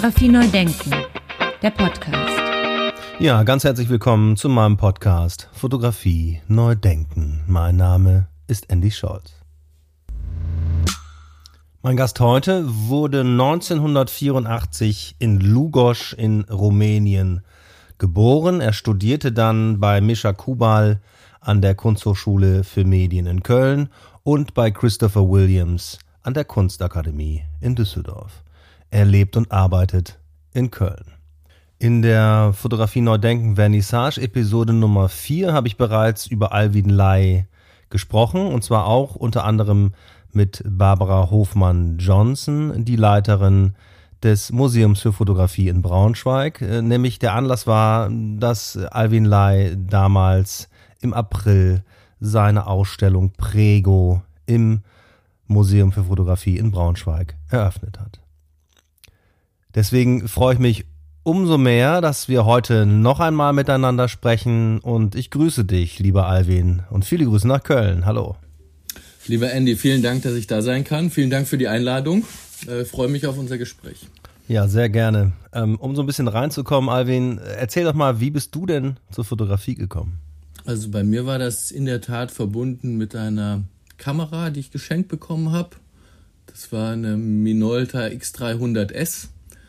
Fotografie neu denken, der Podcast. Ja, ganz herzlich willkommen zu meinem Podcast Fotografie neu denken. Mein Name ist Andy Scholz. Mein Gast heute wurde 1984 in Lugosz in Rumänien geboren. Er studierte dann bei Mischa Kubal an der Kunsthochschule für Medien in Köln und bei Christopher Williams an der Kunstakademie in Düsseldorf. Er lebt und arbeitet in Köln. In der Fotografie neu denken Vernissage Episode Nummer 4 habe ich bereits über Alvin Lai gesprochen, und zwar auch unter anderem mit Barbara Hofmann-Johnson, die Leiterin des Museums für Fotografie in Braunschweig. Nämlich der Anlass war, dass Alvin Lai damals im April seine Ausstellung Prego im Museum für Fotografie in Braunschweig eröffnet hat. Deswegen freue ich mich umso mehr, dass wir heute noch einmal miteinander sprechen, und ich grüße dich, lieber Alvin, und viele Grüße nach Köln. Hallo. Lieber Andy, vielen Dank, dass ich da sein kann. Vielen Dank für die Einladung. Freue mich auf unser Gespräch. Ja, sehr gerne. Um so ein bisschen reinzukommen, Alvin, erzähl doch mal, wie bist du denn zur Fotografie gekommen? Also bei mir war das in der Tat verbunden mit einer Kamera, die ich geschenkt bekommen habe. Das war eine Minolta X300S.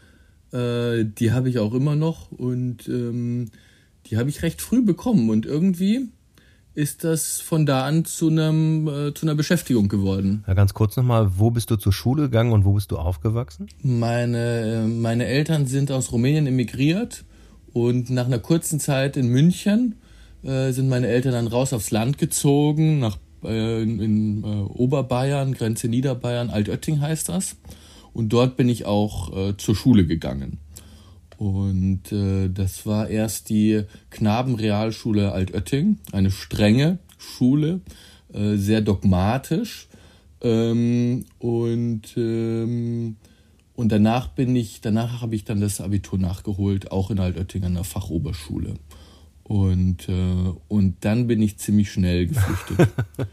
Die habe ich auch immer noch, und die habe ich recht früh bekommen, und irgendwie ist das von da an zu einer Beschäftigung geworden. Ja, ganz kurz nochmal, wo bist du zur Schule gegangen und wo bist du aufgewachsen? Meine Eltern sind aus Rumänien emigriert, und nach einer kurzen Zeit in München sind meine Eltern dann raus aufs Land gezogen, in Oberbayern, Grenze Niederbayern, Altötting heißt das. Und dort bin ich auch zur Schule gegangen. Und das war erst die Knabenrealschule Altötting, eine strenge Schule, sehr dogmatisch. Und danach habe ich dann das Abitur nachgeholt, auch in Altötting an der Fachoberschule. Und dann bin ich ziemlich schnell geflüchtet.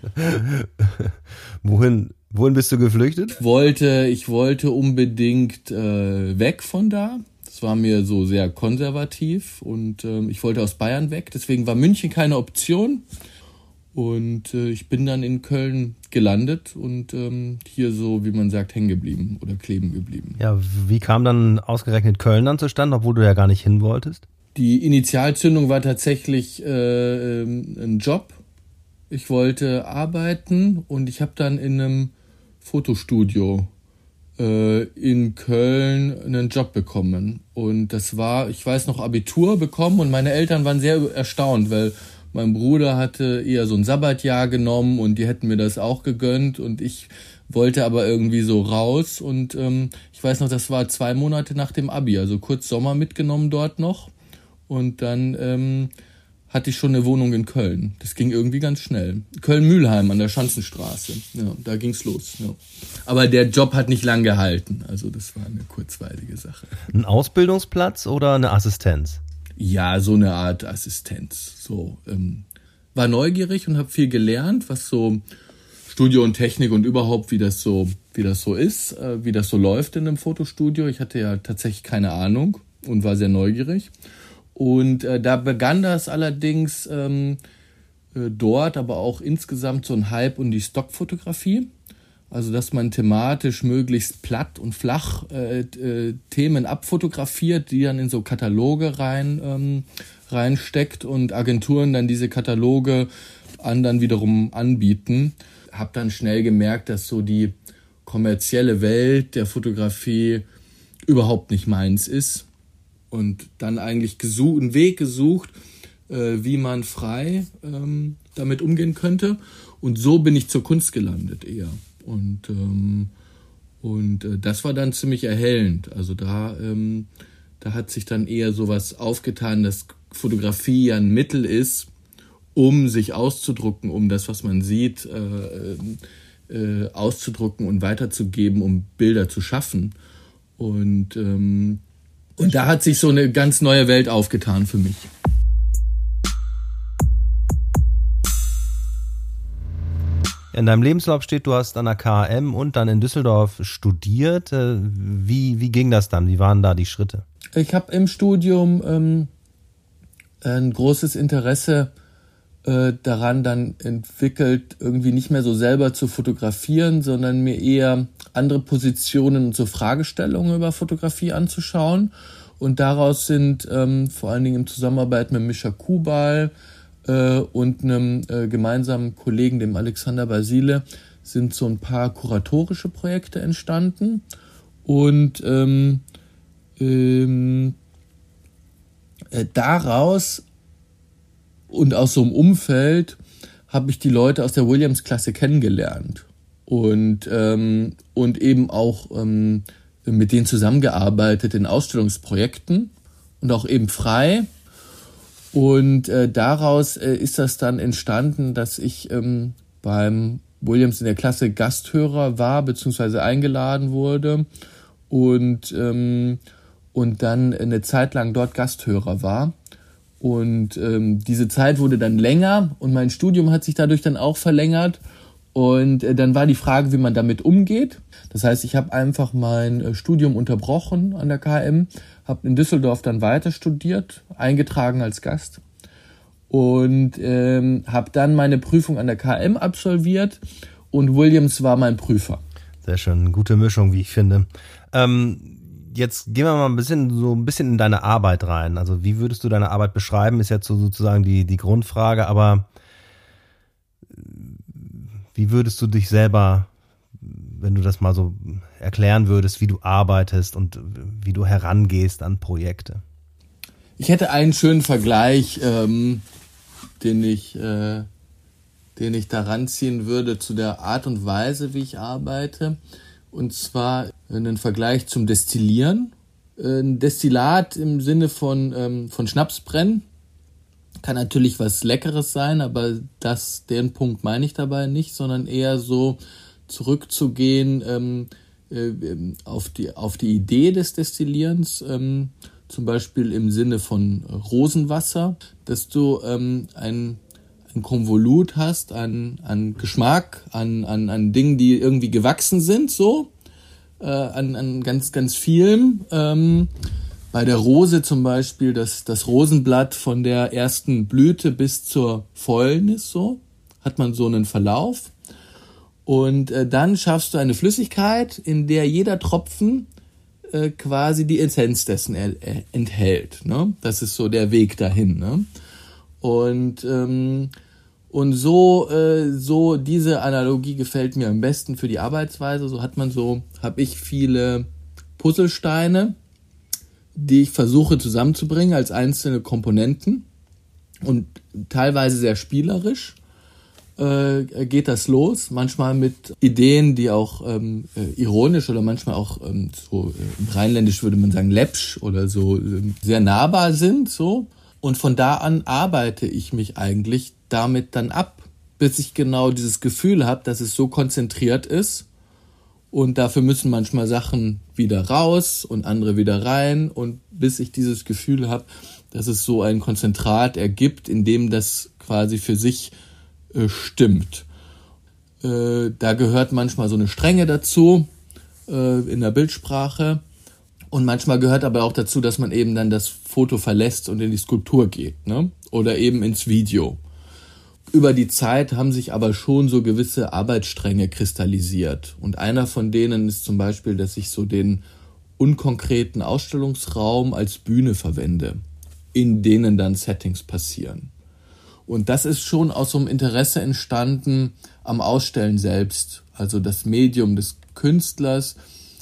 Wohin bist du geflüchtet? Ich wollte unbedingt weg von da. Das war mir so sehr konservativ, und ich wollte aus Bayern weg. Deswegen war München keine Option. Und ich bin dann in Köln gelandet und hier so, wie man sagt, hängen geblieben oder kleben geblieben. Ja, wie kam dann ausgerechnet Köln dann zustande, obwohl du ja gar nicht hin wolltest? Die Initialzündung war tatsächlich ein Job. Ich wollte arbeiten, und ich habe dann in einem Fotostudio in Köln einen Job bekommen. Und das war, ich weiß noch, Abitur bekommen, und meine Eltern waren sehr erstaunt, weil mein Bruder hatte eher so ein Sabbatjahr genommen, und die hätten mir das auch gegönnt, und ich wollte aber irgendwie so raus. Und ich weiß noch, das war 2 Monate nach dem Abi, also kurz Sommer mitgenommen dort noch. Und dann hatte ich schon eine Wohnung in Köln. Das ging irgendwie ganz schnell. Köln-Mülheim an der Schanzenstraße. Ja, da ging's los. Ja. Aber der Job hat nicht lang gehalten. Also das war eine kurzweilige Sache. Ein Ausbildungsplatz oder eine Assistenz? Ja, so eine Art Assistenz. So, war neugierig und habe viel gelernt, was so Studio und Technik und überhaupt, wie das so ist, wie das so läuft in einem Fotostudio. Ich hatte ja tatsächlich keine Ahnung und war sehr neugierig. Und da begann das allerdings dort, aber auch insgesamt so ein Hype um die Stockfotografie. Also dass man thematisch möglichst platt und flach Themen abfotografiert, die dann in so Kataloge reinsteckt, und Agenturen dann diese Kataloge anderen wiederum anbieten. Hab dann schnell gemerkt, dass so die kommerzielle Welt der Fotografie überhaupt nicht meins ist. Und dann eigentlich einen Weg gesucht, wie man frei damit umgehen könnte. Und so bin ich zur Kunst gelandet eher. Und das war dann ziemlich erhellend. Also da hat sich dann eher sowas aufgetan, dass Fotografie ja ein Mittel ist, um sich auszudrucken, um das, was man sieht, auszudrucken und weiterzugeben, um Bilder zu schaffen. Und da hat sich so eine ganz neue Welt aufgetan für mich. In deinem Lebenslauf steht, du hast an der KHM und dann in Düsseldorf studiert. Wie ging das dann? Wie waren da die Schritte? Ich habe im Studium ein großes Interesse daran dann entwickelt, irgendwie nicht mehr so selber zu fotografieren, sondern mir eher andere Positionen und so Fragestellungen über Fotografie anzuschauen. Und daraus sind vor allen Dingen in Zusammenarbeit mit Mischa Kubal und einem gemeinsamen Kollegen, dem Alexander Basile, sind so ein paar kuratorische Projekte entstanden. Und daraus und aus so einem Umfeld habe ich die Leute aus der Williams-Klasse kennengelernt und eben auch mit denen zusammengearbeitet in Ausstellungsprojekten und auch eben frei. Und daraus ist das dann entstanden, dass ich beim Williams in der Klasse Gasthörer war, beziehungsweise eingeladen wurde und dann eine Zeit lang dort Gasthörer war. Und diese Zeit wurde dann länger und mein Studium hat sich dadurch dann auch verlängert. Und dann war die Frage, wie man damit umgeht. Das heißt, ich habe einfach mein Studium unterbrochen an der KM, habe in Düsseldorf dann weiter studiert, eingetragen als Gast und habe dann meine Prüfung an der KM absolviert und Williams war mein Prüfer. Sehr schön, gute Mischung, wie ich finde. Jetzt gehen wir mal ein bisschen in deine Arbeit rein. Also wie würdest du deine Arbeit beschreiben, ist jetzt so sozusagen die Grundfrage, aber wie würdest du dich selber, wenn du das mal so erklären würdest, wie du arbeitest und wie du herangehst an Projekte? Ich hätte einen schönen Vergleich, den ich da ranziehen würde zu der Art und Weise, wie ich arbeite. Und zwar einen Vergleich zum Destillieren. Ein Destillat im Sinne von Schnapsbrennen kann natürlich was Leckeres sein, aber den Punkt meine ich dabei nicht, sondern eher so zurückzugehen auf die Idee des Destillierens, zum Beispiel im Sinne von Rosenwasser, dass du ein Konvolut hast an Geschmack, an Dingen, die irgendwie gewachsen sind, so, an ganz, ganz vielem. Bei der Rose zum Beispiel das Rosenblatt von der ersten Blüte bis zur Fäulnis, so, hat man so einen Verlauf. Und dann schaffst du eine Flüssigkeit, in der jeder Tropfen quasi die Essenz dessen enthält. Ne? Das ist so der Weg dahin. Ne? Und so diese Analogie gefällt mir am besten für die Arbeitsweise. Habe ich viele Puzzlesteine, die ich versuche zusammenzubringen als einzelne Komponenten und teilweise sehr spielerisch geht das los, manchmal mit Ideen, die auch ironisch oder manchmal auch so im Rheinländisch würde man sagen läppsch oder so sehr nahbar sind, so. Und von da an arbeite ich mich eigentlich damit dann ab, bis ich genau dieses Gefühl habe, dass es so konzentriert ist und dafür müssen manchmal Sachen wieder raus und andere wieder rein und bis ich dieses Gefühl habe, dass es so ein Konzentrat ergibt, in dem das quasi für sich stimmt. Da gehört manchmal so eine Strenge dazu in der Bildsprache und manchmal gehört aber auch dazu, dass man eben dann das Foto verlässt und in die Skulptur geht, ne? Oder eben ins Video. Über die Zeit haben sich aber schon so gewisse Arbeitsstränge kristallisiert und einer von denen ist zum Beispiel, dass ich so den unkonkreten Ausstellungsraum als Bühne verwende, in denen dann Settings passieren. Und das ist schon aus so einem Interesse entstanden am Ausstellen selbst. Also das Medium des Künstlers,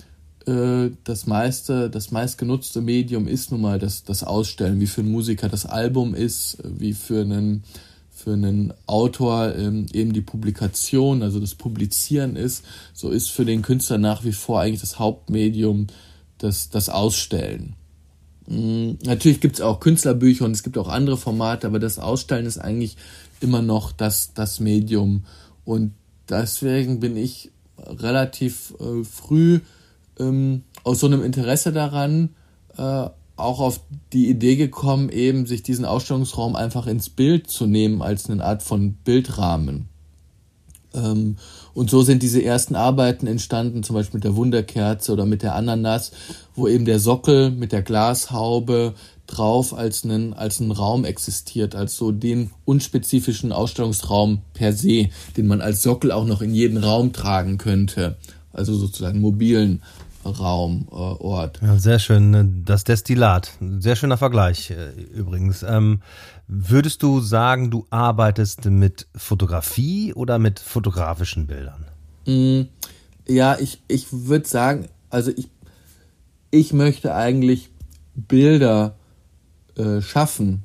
das meistgenutzte Medium ist nun mal das Ausstellen, wie für einen Musiker das Album ist, wie für einen Autor eben die Publikation, also das Publizieren ist. So ist für den Künstler nach wie vor eigentlich das Hauptmedium das Ausstellen. Natürlich gibt es auch Künstlerbücher und es gibt auch andere Formate, aber das Ausstellen ist eigentlich immer noch das Medium. Und deswegen bin ich relativ früh aus so einem Interesse daran auch auf die Idee gekommen, eben sich diesen Ausstellungsraum einfach ins Bild zu nehmen als eine Art von Bildrahmen. Und so sind diese ersten Arbeiten entstanden, zum Beispiel mit der Wunderkerze oder mit der Ananas, wo eben der Sockel mit der Glashaube drauf als ein Raum existiert, als so den unspezifischen Ausstellungsraum per se, den man als Sockel auch noch in jeden Raum tragen könnte, also sozusagen mobilen Raumort. Ja, sehr schön, das Destillat. Sehr schöner Vergleich übrigens. Würdest du sagen, du arbeitest mit Fotografie oder mit fotografischen Bildern? Ja, ich würde sagen, also ich möchte eigentlich Bilder schaffen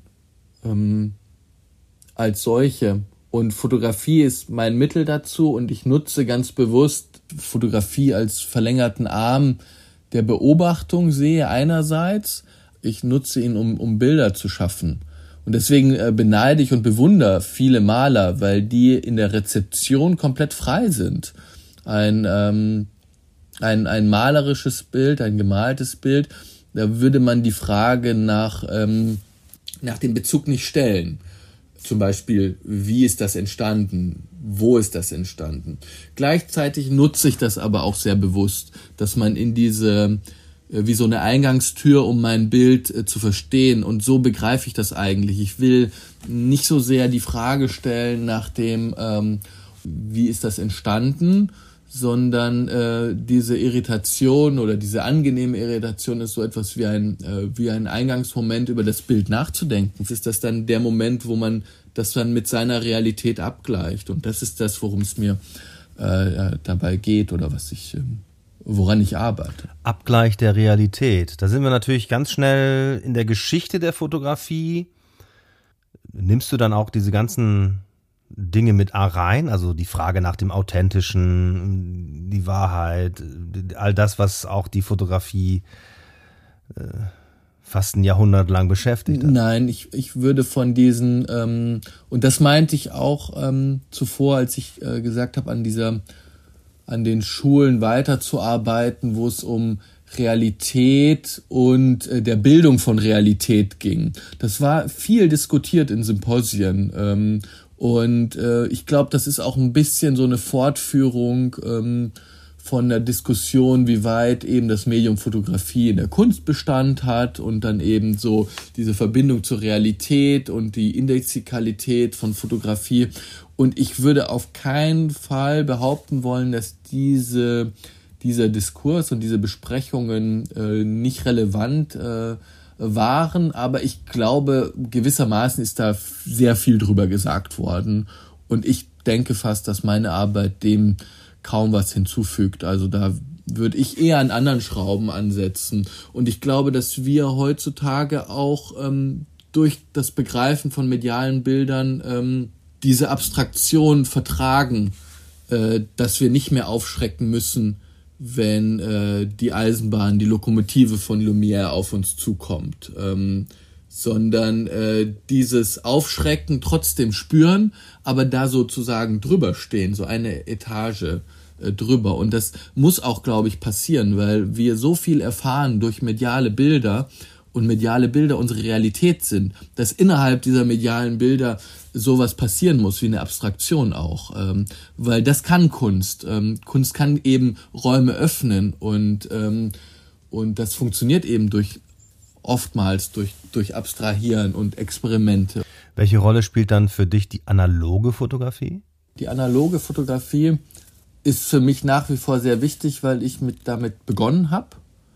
als solche. Und Fotografie ist mein Mittel dazu und ich nutze ganz bewusst Fotografie als verlängerten Arm der Beobachtung, sehe einerseits. Ich nutze ihn, um Bilder zu schaffen. Und deswegen beneide ich und bewundere viele Maler, weil die in der Rezeption komplett frei sind. Ein malerisches Bild, ein gemaltes Bild, da würde man die Frage nach dem Bezug nicht stellen. Zum Beispiel, wie ist das entstanden? Wo ist das entstanden? Gleichzeitig nutze ich das aber auch sehr bewusst, dass man in diese, wie so eine Eingangstür, um mein Bild zu verstehen. Und so begreife ich das eigentlich. Ich will nicht so sehr die Frage stellen nach dem, wie ist das entstanden, sondern diese Irritation oder diese angenehme Irritation ist so etwas wie ein Eingangsmoment, über das Bild nachzudenken. Ist das dann der Moment, wo man das dann mit seiner Realität abgleicht? Und das ist das, worum es mir dabei geht oder woran ich arbeite. Abgleich der Realität. Da sind wir natürlich ganz schnell in der Geschichte der Fotografie. Nimmst du dann auch diese ganzen Dinge mit rein, also die Frage nach dem Authentischen, die Wahrheit, all das, was auch die Fotografie fast ein Jahrhundert lang beschäftigt hat? Nein, ich würde von diesen, und das meinte ich auch zuvor, als ich gesagt habe, an den Schulen weiterzuarbeiten, wo es um Realität und der Bildung von Realität ging. Das war viel diskutiert in Symposien. Und ich glaube, das ist auch ein bisschen so eine Fortführung von der Diskussion, wie weit eben das Medium Fotografie in der Kunst Bestand hat und dann eben so diese Verbindung zur Realität und die Indexikalität von Fotografie. Und ich würde auf keinen Fall behaupten wollen, dass dieser Diskurs und diese Besprechungen nicht relevant waren, aber ich glaube, gewissermaßen ist da sehr viel drüber gesagt worden und ich denke fast, dass meine Arbeit dem kaum was hinzufügt. Also da würde ich eher an anderen Schrauben ansetzen und ich glaube, dass wir heutzutage auch durch das Begreifen von medialen Bildern diese Abstraktion vertragen, dass wir nicht mehr aufschrecken müssen, wenn die Eisenbahn, die Lokomotive von Lumière auf uns zukommt, sondern dieses Aufschrecken trotzdem spüren, aber da sozusagen drüber stehen, so eine Etage drüber. Und das muss auch, glaube ich, passieren, weil wir so viel erfahren durch mediale Bilder und mediale Bilder unsere Realität sind, dass innerhalb dieser medialen Bilder sowas passieren muss, wie eine Abstraktion auch. Weil das kann Kunst. Kunst kann eben Räume öffnen und das funktioniert eben oftmals durch Abstrahieren und Experimente. Welche Rolle spielt dann für dich die analoge Fotografie? Die analoge Fotografie ist für mich nach wie vor sehr wichtig, weil ich damit begonnen habe.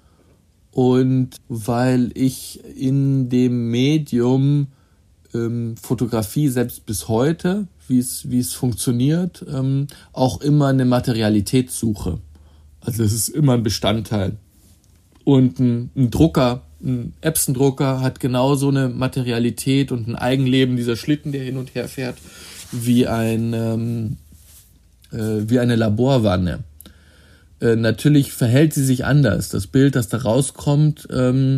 Und weil ich in dem Medium Fotografie selbst bis heute, wie es funktioniert, auch immer eine Materialität suche. Also es ist immer ein Bestandteil. Und ein Drucker, ein Epson-Drucker hat genauso eine Materialität und ein Eigenleben, dieser Schlitten, der hin und her fährt, wie eine Laborwanne. Natürlich verhält sie sich anders. Das Bild, das da rauskommt,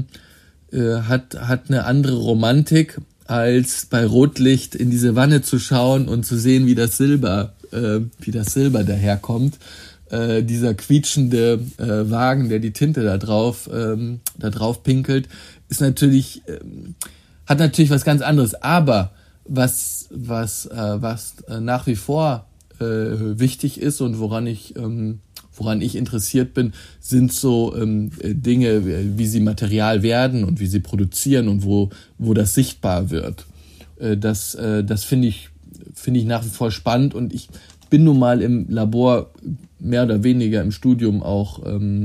hat eine andere Romantik, als bei Rotlicht in diese Wanne zu schauen und zu sehen, wie das Silber daherkommt. Dieser quietschende Wagen, der die Tinte da drauf pinkelt, ist natürlich, hat natürlich was ganz anderes. Aber was nach wie vor wichtig ist und woran ich interessiert bin, sind so Dinge, wie sie Material werden und wie sie produzieren und wo das sichtbar wird. Das finde ich nach wie vor spannend, und ich bin nun mal im Labor mehr oder weniger im Studium auch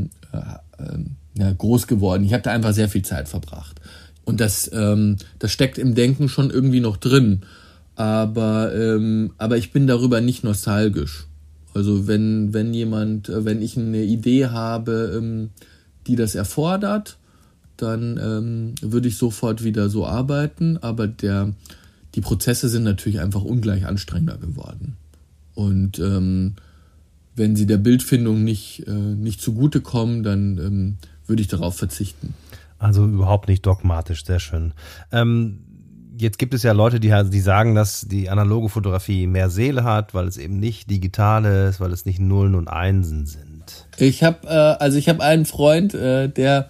groß geworden. Ich habe da einfach sehr viel Zeit verbracht. Und das steckt im Denken schon irgendwie noch drin. Aber ich bin darüber nicht nostalgisch. Also wenn ich eine Idee habe, die das erfordert, dann würde ich sofort wieder so arbeiten. Aber die Prozesse sind natürlich einfach ungleich anstrengender geworden. Und wenn sie der Bildfindung nicht zugutekommen, dann würde ich darauf verzichten. Also überhaupt nicht dogmatisch, sehr schön. Jetzt gibt es ja Leute, die sagen, dass die analoge Fotografie mehr Seele hat, weil es eben nicht digital ist, weil es nicht Nullen und Einsen sind. Ich habe einen Freund, der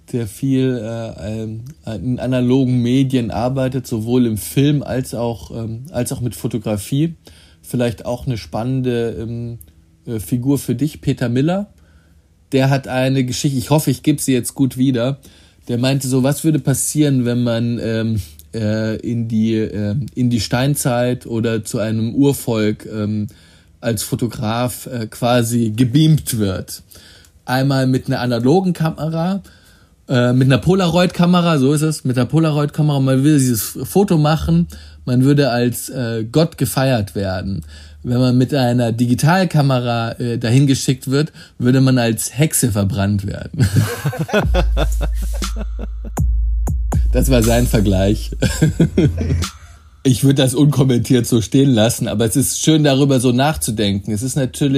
viel in analogen Medien arbeitet, sowohl im Film als auch mit Fotografie. Vielleicht auch eine spannende Figur für dich, Peter Miller. Der hat eine Geschichte, ich hoffe, ich gebe sie jetzt gut wieder. Der meinte so, was würde passieren, wenn man in die Steinzeit oder zu einem Urvolk als Fotograf quasi gebeamt wird. Einmal mit einer analogen Kamera, mit einer Polaroid-Kamera, so ist es, mit einer Polaroid-Kamera, man will dieses Foto machen, man würde als Gott gefeiert werden. Wenn man mit einer Digitalkamera dahin geschickt wird, würde man als Hexe verbrannt werden. Das war sein Vergleich. Ich würde das unkommentiert so stehen lassen, aber es ist schön, darüber so nachzudenken. Es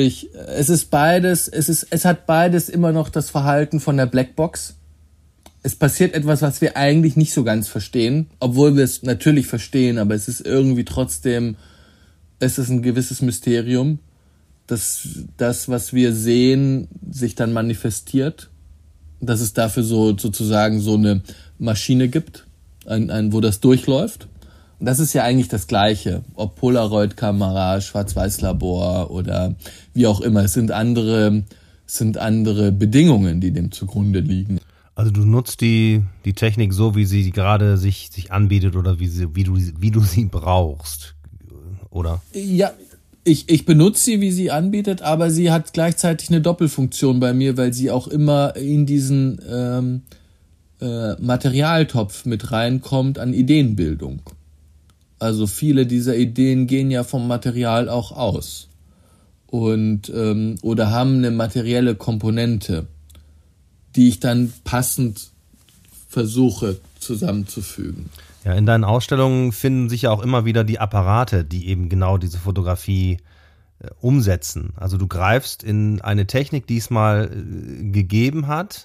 hat beides immer noch das Verhalten von der Blackbox. Es passiert etwas, was wir eigentlich nicht so ganz verstehen, obwohl wir es natürlich verstehen, aber es ist irgendwie trotzdem, es ist ein gewisses Mysterium, dass das, was wir sehen, sich dann manifestiert, dass es dafür sozusagen so eine Maschine gibt, wo das durchläuft. Und das ist ja eigentlich das Gleiche, ob Polaroid-Kamera, Schwarz-Weiß-Labor oder wie auch immer. Es sind andere Bedingungen, die dem zugrunde liegen. Also du nutzt die Technik so, wie sie gerade sich anbietet oder wie du sie brauchst, oder? Ja, ich benutze sie, wie sie anbietet, aber sie hat gleichzeitig eine Doppelfunktion bei mir, weil sie auch immer in diesen Materialtopf mit reinkommt an Ideenbildung. Also viele dieser Ideen gehen ja vom Material auch aus und oder haben eine materielle Komponente, die ich dann passend versuche zusammenzufügen. Ja, in deinen Ausstellungen finden sich ja auch immer wieder die Apparate, die eben genau diese Fotografie umsetzen. Also du greifst in eine Technik, die es mal gegeben hat,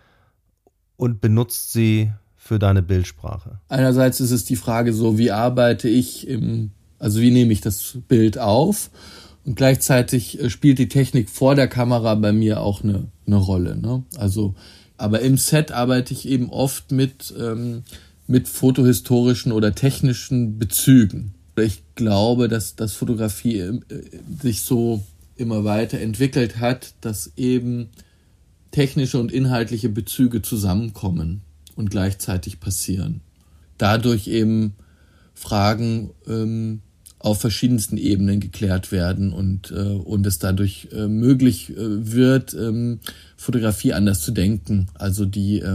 und benutzt sie für deine Bildsprache. Einerseits ist es die Frage so, wie arbeite ich wie nehme ich das Bild auf? Und gleichzeitig spielt die Technik vor der Kamera bei mir auch eine Rolle, ne? Also, aber im Set arbeite ich eben oft mit fotohistorischen oder technischen Bezügen. Ich glaube, dass Fotografie sich so immer weiter entwickelt hat, dass eben technische und inhaltliche Bezüge zusammenkommen und gleichzeitig passieren. Dadurch eben Fragen auf verschiedensten Ebenen geklärt werden und es dadurch möglich wird, Fotografie anders zu denken. Also ich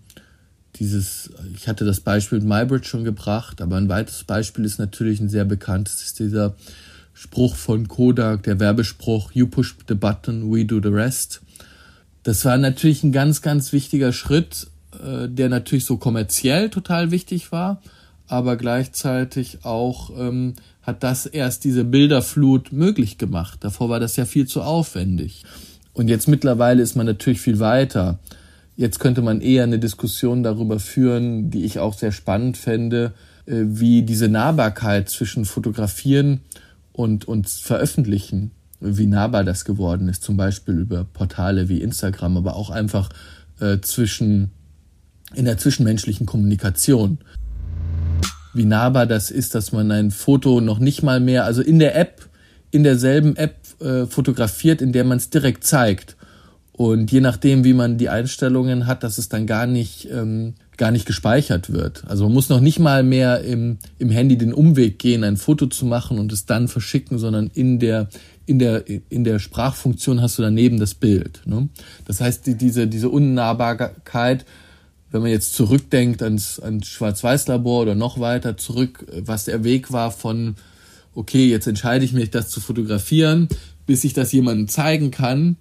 hatte das Beispiel mit Muybridge schon gebracht, aber ein weiteres Beispiel ist natürlich ein sehr bekanntes, ist dieser Spruch von Kodak, der Werbespruch, "You push the button, we do the rest." Das war natürlich ein ganz, ganz wichtiger Schritt, der natürlich so kommerziell total wichtig war, aber gleichzeitig auch hat das erst diese Bilderflut möglich gemacht. Davor war das ja viel zu aufwendig. Und jetzt mittlerweile ist man natürlich viel weiter. Jetzt könnte man eher eine Diskussion darüber führen, die ich auch sehr spannend fände, wie diese Nahbarkeit zwischen Fotografieren und Veröffentlichen, wie nahbar das geworden ist, zum Beispiel über Portale wie Instagram, aber auch einfach in der zwischenmenschlichen Kommunikation. Wie nahbar das ist, dass man ein Foto noch nicht mal mehr, also in der App in derselben App fotografiert, in der man es direkt zeigt. Und je nachdem, wie man die Einstellungen hat, dass es dann gar nicht gespeichert wird. Also man muss noch nicht mal mehr im Handy den Umweg gehen, ein Foto zu machen und es dann verschicken, sondern in der Sprachfunktion hast du daneben das Bild. Ne? Das heißt, diese Unnahbarkeit, wenn man jetzt zurückdenkt ans Schwarz-Weiß-Labor oder noch weiter zurück, was der Weg war von, okay, jetzt entscheide ich mich, das zu fotografieren, bis ich das jemandem zeigen kann,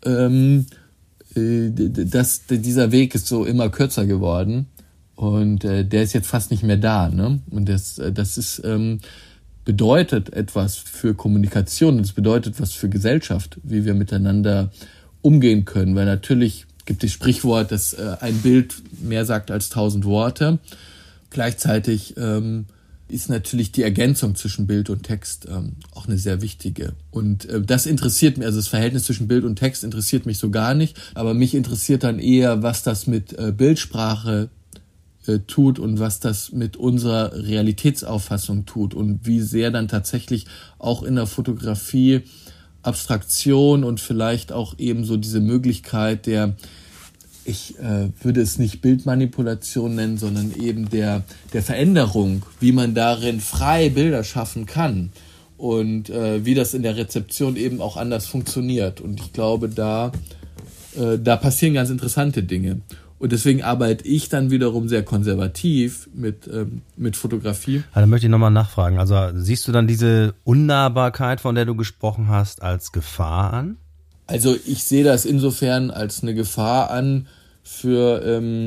dieser Weg ist so immer kürzer geworden und der ist jetzt fast nicht mehr da. Ne? Und das ist bedeutet etwas für Kommunikation, das bedeutet was für Gesellschaft, wie wir miteinander umgehen können, weil natürlich gibt es Sprichwort, dass ein Bild mehr sagt als 1000 Worte. Gleichzeitig ist natürlich die Ergänzung zwischen Bild und Text auch eine sehr wichtige. Und das interessiert mich, also das Verhältnis zwischen Bild und Text interessiert mich so gar nicht, aber mich interessiert dann eher, was das mit Bildsprache tut und was das mit unserer Realitätsauffassung tut und wie sehr dann tatsächlich auch in der Fotografie Abstraktion und vielleicht auch eben so diese Möglichkeit ich würde es nicht Bildmanipulation nennen, sondern eben der Veränderung, wie man darin frei Bilder schaffen kann und wie das in der Rezeption eben auch anders funktioniert. Und ich glaube, da passieren ganz interessante Dinge. Und deswegen arbeite ich dann wiederum sehr konservativ mit Fotografie. Also, da möchte ich nochmal nachfragen. Also siehst du dann diese Unnahbarkeit, von der du gesprochen hast, als Gefahr an? Also ich sehe das insofern als eine Gefahr an für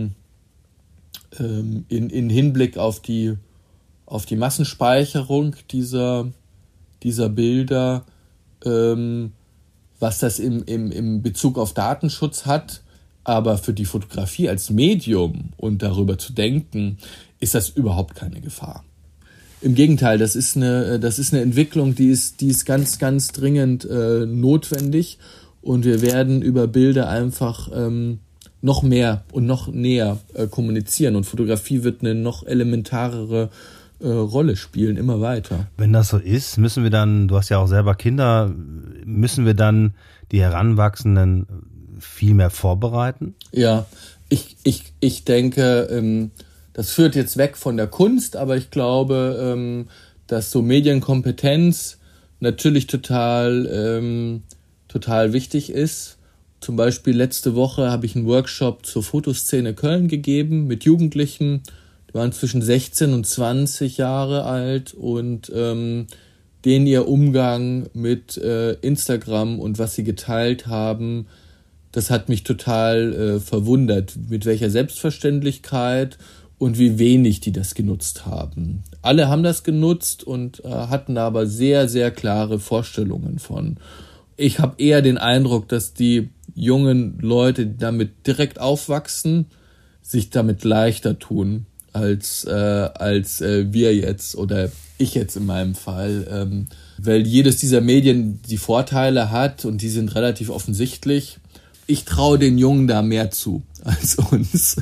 in Hinblick auf die Massenspeicherung dieser Bilder, was das im Bezug auf Datenschutz hat. Aber für die Fotografie als Medium und darüber zu denken, ist das überhaupt keine Gefahr. Im Gegenteil, das ist eine Entwicklung, die ist ganz, ganz dringend notwendig. Und wir werden über Bilder einfach noch mehr und noch näher kommunizieren. Und Fotografie wird eine noch elementarere Rolle spielen, immer weiter. Wenn das so ist, müssen wir dann, du hast ja auch selber Kinder, müssen wir dann die Heranwachsenden viel mehr vorbereiten? Ja, ich denke, das führt jetzt weg von der Kunst, aber ich glaube, dass so Medienkompetenz natürlich total wichtig ist. Zum Beispiel letzte Woche habe ich einen Workshop zur Fotoszene Köln gegeben mit Jugendlichen, die waren zwischen 16 und 20 Jahre alt und denen ihr Umgang mit Instagram und was sie geteilt haben, das hat mich total verwundert, mit welcher Selbstverständlichkeit und wie wenig die das genutzt haben. Alle haben das genutzt und hatten aber sehr, sehr klare Vorstellungen von. Ich habe eher den Eindruck, dass die jungen Leute, die damit direkt aufwachsen, sich damit leichter tun als wir jetzt oder ich jetzt in meinem Fall. Weil jedes dieser Medien die Vorteile hat und die sind relativ offensichtlich. Ich traue den Jungen da mehr zu als uns.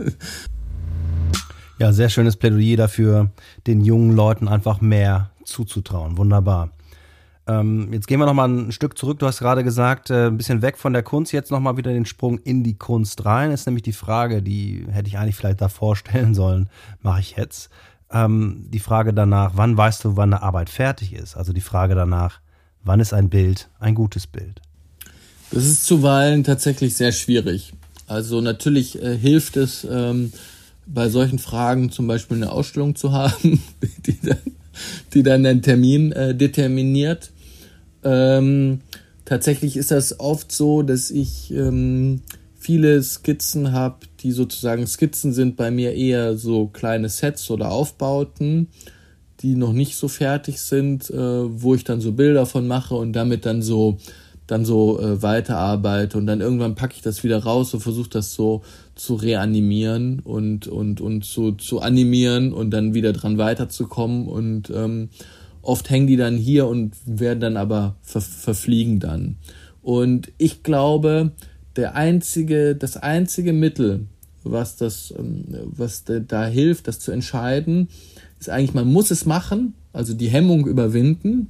Ja, sehr schönes Plädoyer dafür, den jungen Leuten einfach mehr zuzutrauen. Wunderbar. Jetzt gehen wir nochmal ein Stück zurück. Du hast gerade gesagt, ein bisschen weg von der Kunst, jetzt nochmal wieder den Sprung in die Kunst rein. Das ist nämlich die Frage, die hätte ich eigentlich vielleicht davor stellen sollen, mache ich jetzt. Die Frage danach, wann weißt du, wann eine Arbeit fertig ist? Also die Frage danach, wann ist ein Bild ein gutes Bild? Das ist zuweilen tatsächlich sehr schwierig. Also natürlich hilft es, bei solchen Fragen zum Beispiel eine Ausstellung zu haben, die dann einen Termin determiniert. Tatsächlich ist das oft so, dass ich viele Skizzen habe, die sozusagen Skizzen sind bei mir eher so kleine Sets oder Aufbauten, die noch nicht so fertig sind, wo ich dann so Bilder von mache und damit dann so weiterarbeite und dann irgendwann packe ich das wieder raus und versuche das so zu reanimieren und so zu animieren und dann wieder dran weiterzukommen und oft hängen die dann hier und werden dann aber verfliegen dann. Und ich glaube, das einzige Mittel, was da hilft, das zu entscheiden, ist eigentlich, man muss es machen, also die Hemmung überwinden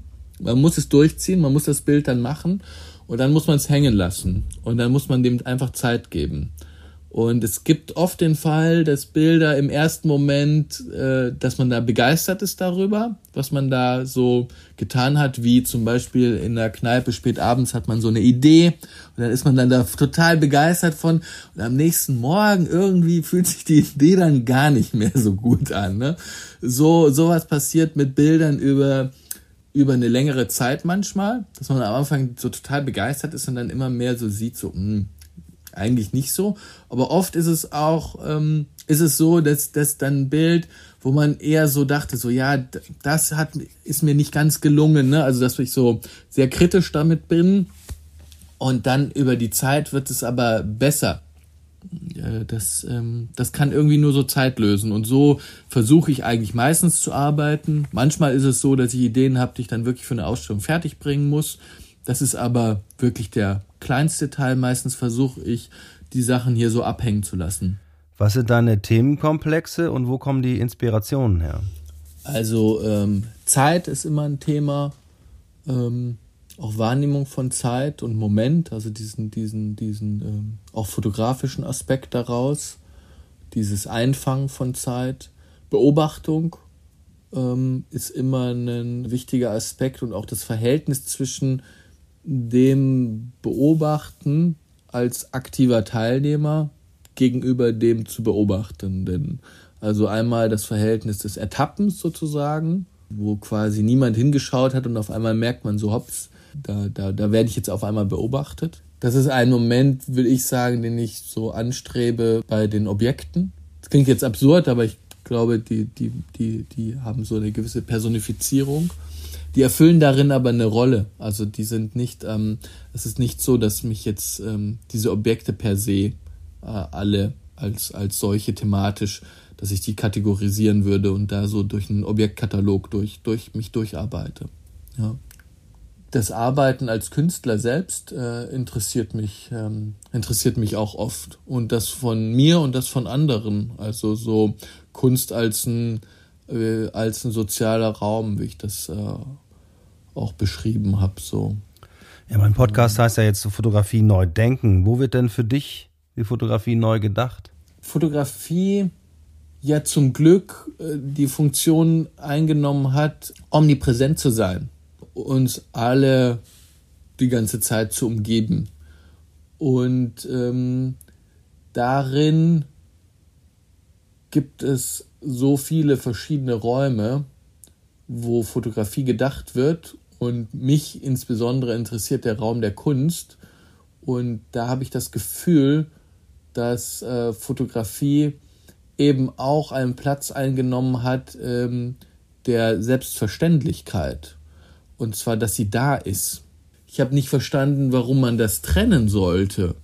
Man muss es durchziehen, man muss das Bild dann machen und dann muss man es hängen lassen und dann muss man dem einfach Zeit geben. Und es gibt oft den Fall, dass Bilder im ersten Moment, dass man da begeistert ist darüber, was man da so getan hat, wie zum Beispiel in der Kneipe spät abends hat man so eine Idee und dann ist man dann da total begeistert von und am nächsten Morgen irgendwie fühlt sich die Idee dann gar nicht mehr so gut an. Ne? Sowas passiert mit Bildern über eine längere Zeit manchmal, dass man am Anfang so total begeistert ist und dann immer mehr so sieht, so eigentlich nicht so, aber oft ist es auch, ist es so, dass dann ein Bild, wo man eher so dachte, so ja, das ist mir nicht ganz gelungen, ne? Also dass ich so sehr kritisch damit bin und dann über die Zeit wird es aber besser. Das kann irgendwie nur so Zeit lösen und so versuche ich eigentlich meistens zu arbeiten. Manchmal ist es so, dass ich Ideen habe, die ich dann wirklich für eine Ausstellung fertig bringen muss. Das ist aber wirklich der kleinste Teil. Meistens versuche ich, die Sachen hier so abhängen zu lassen. Was sind deine Themenkomplexe und wo kommen die Inspirationen her? Also Zeit ist immer ein Thema, auch Wahrnehmung von Zeit und Moment, also diesen auch fotografischen Aspekt daraus, dieses Einfangen von Zeit, Beobachtung ist immer ein wichtiger Aspekt und auch das Verhältnis zwischen dem Beobachten als aktiver Teilnehmer gegenüber dem zu Beobachtenden. Also einmal das Verhältnis des Ertappens sozusagen, wo quasi niemand hingeschaut hat und auf einmal merkt man so, hops, da werde ich jetzt auf einmal beobachtet. Das ist ein Moment, will ich sagen, den ich so anstrebe bei den Objekten. Das klingt jetzt absurd, aber ich glaube, die haben so eine gewisse Personifizierung. Die erfüllen darin aber eine Rolle. Also die sind nicht, es ist nicht so, dass mich jetzt diese Objekte per se alle als solche thematisch, dass ich die kategorisieren würde und da so durch einen Objektkatalog durch mich durcharbeite. Ja. Das Arbeiten als Künstler selbst interessiert mich auch oft. Und das von mir und das von anderen. Also so Kunst als ein sozialer Raum, wie ich das auch beschrieben habe. So. Ja, mein Podcast heißt ja jetzt so Fotografie neu denken. Wo wird denn für dich die Fotografie neu gedacht? Fotografie ja zum Glück die Funktion eingenommen hat, omnipräsent zu sein, uns alle die ganze Zeit zu umgeben. Und darin gibt es so viele verschiedene Räume, wo Fotografie gedacht wird. Und mich insbesondere interessiert der Raum der Kunst. Und da habe ich das Gefühl, dass Fotografie eben auch einen Platz eingenommen hat der Selbstverständlichkeit. Und zwar, dass sie da ist. Ich habe nicht verstanden, warum man das trennen sollte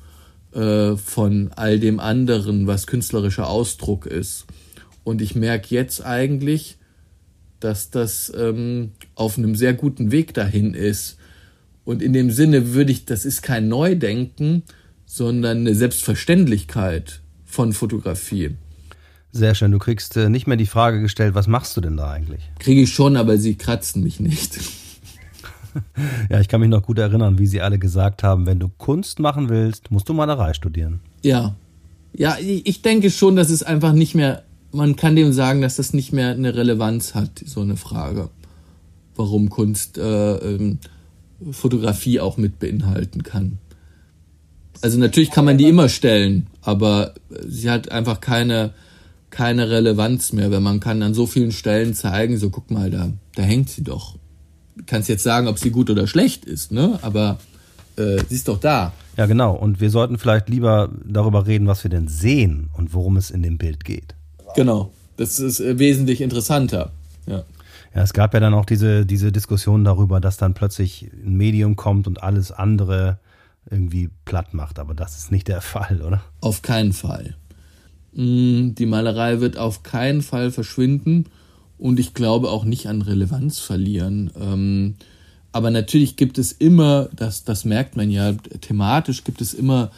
von all dem anderen, was künstlerischer Ausdruck ist. Und ich merke jetzt eigentlich, dass das auf einem sehr guten Weg dahin ist. Und in dem Sinne das ist kein Neudenken, sondern eine Selbstverständlichkeit von Fotografie. Sehr schön. Du kriegst nicht mehr die Frage gestellt, was machst du denn da eigentlich? Kriege ich schon, aber sie kratzen mich nicht. Ja, ich kann mich noch gut erinnern, wie sie alle gesagt haben, wenn du Kunst machen willst, musst du Malerei studieren. Ja, ich denke schon, dass es einfach nicht mehr, man kann dem sagen, dass das nicht mehr eine Relevanz hat, so eine Frage. Warum Kunst Fotografie auch mit beinhalten kann. Also natürlich kann man die immer stellen, aber sie hat einfach keine Relevanz mehr, weil man kann an so vielen Stellen zeigen, so guck mal, da hängt sie doch. Du kannst jetzt sagen, ob sie gut oder schlecht ist, ne? Aber sie ist doch da. Ja, genau. Und wir sollten vielleicht lieber darüber reden, was wir denn sehen und worum es in dem Bild geht. Genau. Das ist wesentlich interessanter. Ja. Ja, es gab ja dann auch diese Diskussion darüber, dass dann plötzlich ein Medium kommt und alles andere irgendwie platt macht. Aber das ist nicht der Fall, oder? Auf keinen Fall. Die Malerei wird auf keinen Fall verschwinden und ich glaube auch nicht an Relevanz verlieren. Aber natürlich gibt es immer, das merkt man ja, thematisch gibt es immer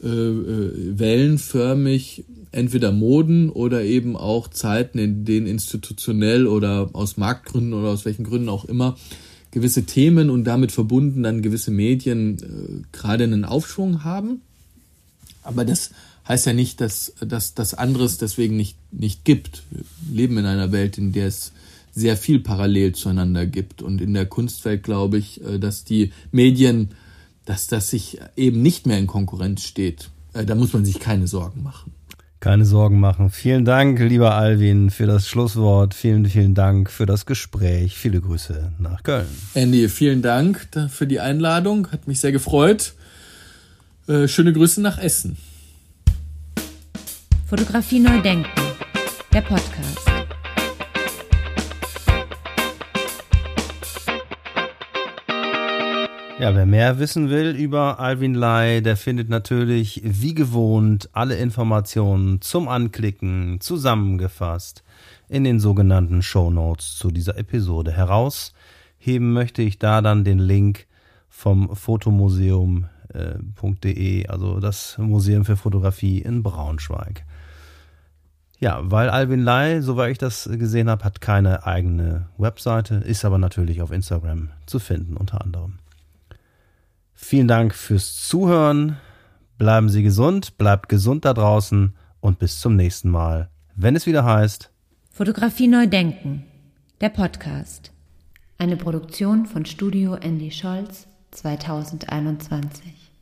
wellenförmig entweder Moden oder eben auch Zeiten, in denen institutionell oder aus Marktgründen oder aus welchen Gründen auch immer gewisse Themen und damit verbunden dann gewisse Medien gerade einen Aufschwung haben. Aber das heißt ja nicht, dass das anderes deswegen nicht gibt. Wir leben in einer Welt, in der es sehr viel parallel zueinander gibt. Und in der Kunstwelt glaube ich, dass die Medien, dass das sich eben nicht mehr in Konkurrenz steht. Da muss man sich keine Sorgen machen. Keine Sorgen machen. Vielen Dank, lieber Alvin, für das Schlusswort. Vielen, vielen Dank für das Gespräch. Viele Grüße nach Köln. Andy, vielen Dank für die Einladung. Hat mich sehr gefreut. Schöne Grüße nach Essen. Fotografie neu denken. Der Podcast. Ja, wer mehr wissen will über Alvin Lai, der findet natürlich wie gewohnt alle Informationen zum Anklicken zusammengefasst in den sogenannten Shownotes zu dieser Episode. Herausheben möchte ich da dann den Link vom fotomuseum.de, also das Museum für Fotografie in Braunschweig. Ja, weil Alvin Lai, soweit ich das gesehen habe, hat keine eigene Webseite, ist aber natürlich auf Instagram zu finden unter anderem. Vielen Dank fürs Zuhören, bleiben Sie gesund, bleibt gesund da draußen und bis zum nächsten Mal, wenn es wieder heißt Fotografie neu denken, der Podcast. Eine Produktion von Studio Andy Scholz 2021.